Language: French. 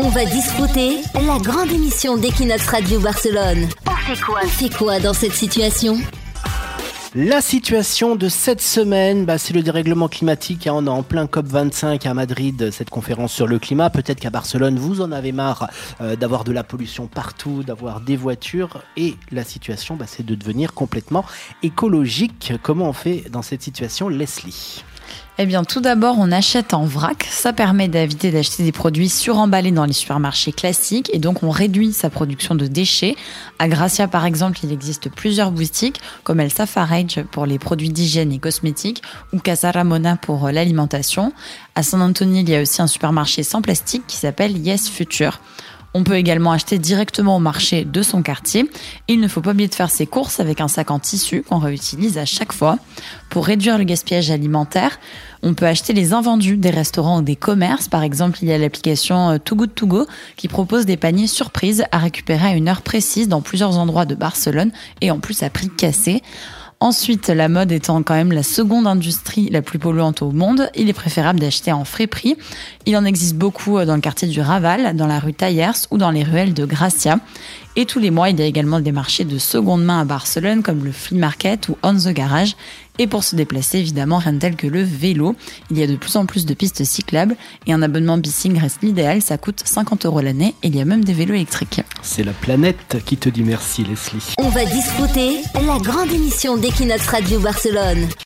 On va discuter la grande émission d'Equinox Radio Barcelone. On fait quoi dans cette situation ? La situation de cette semaine, c'est le dérèglement climatique. On est en plein COP25 à Madrid, cette conférence sur le climat. Peut-être qu'à Barcelone, vous en avez marre d'avoir de la pollution partout, d'avoir des voitures. Et la situation, c'est de devenir complètement écologique. Comment on fait dans cette situation, Leslie ? Eh bien, tout d'abord, on achète en vrac. Ça permet d'éviter d'acheter des produits suremballés dans les supermarchés classiques et donc on réduit sa production de déchets. À Gracia, par exemple, il existe plusieurs boutiques comme El Safarage pour les produits d'hygiène et cosmétiques ou Casa Ramona pour l'alimentation. À San Antonio, il y a aussi un supermarché sans plastique qui s'appelle Yes Future. On peut également acheter directement au marché de son quartier. Il ne faut pas oublier de faire ses courses avec un sac en tissu qu'on réutilise à chaque fois. Pour réduire le gaspillage alimentaire, on peut acheter les invendus des restaurants ou des commerces. Par exemple, il y a l'application Too Good To Go qui propose des paniers surprises à récupérer à une heure précise dans plusieurs endroits de Barcelone et en plus à prix cassé. Ensuite, la mode étant quand même la seconde industrie la plus polluante au monde, il est préférable d'acheter en friperie. Il en existe beaucoup dans le quartier du Raval, dans la rue Tallers ou dans les ruelles de Gracia. Et tous les mois, il y a également des marchés de seconde main à Barcelone comme le Flea Market ou On The Garage. Et pour se déplacer, évidemment, rien de tel que le vélo. Il y a de plus en plus de pistes cyclables et un abonnement Bicing reste l'idéal. Ça coûte 50 € l'année et il y a même des vélos électriques. C'est la planète qui te dit merci, Leslie. On va discuter la grande émission d'Equinox Radio Barcelone.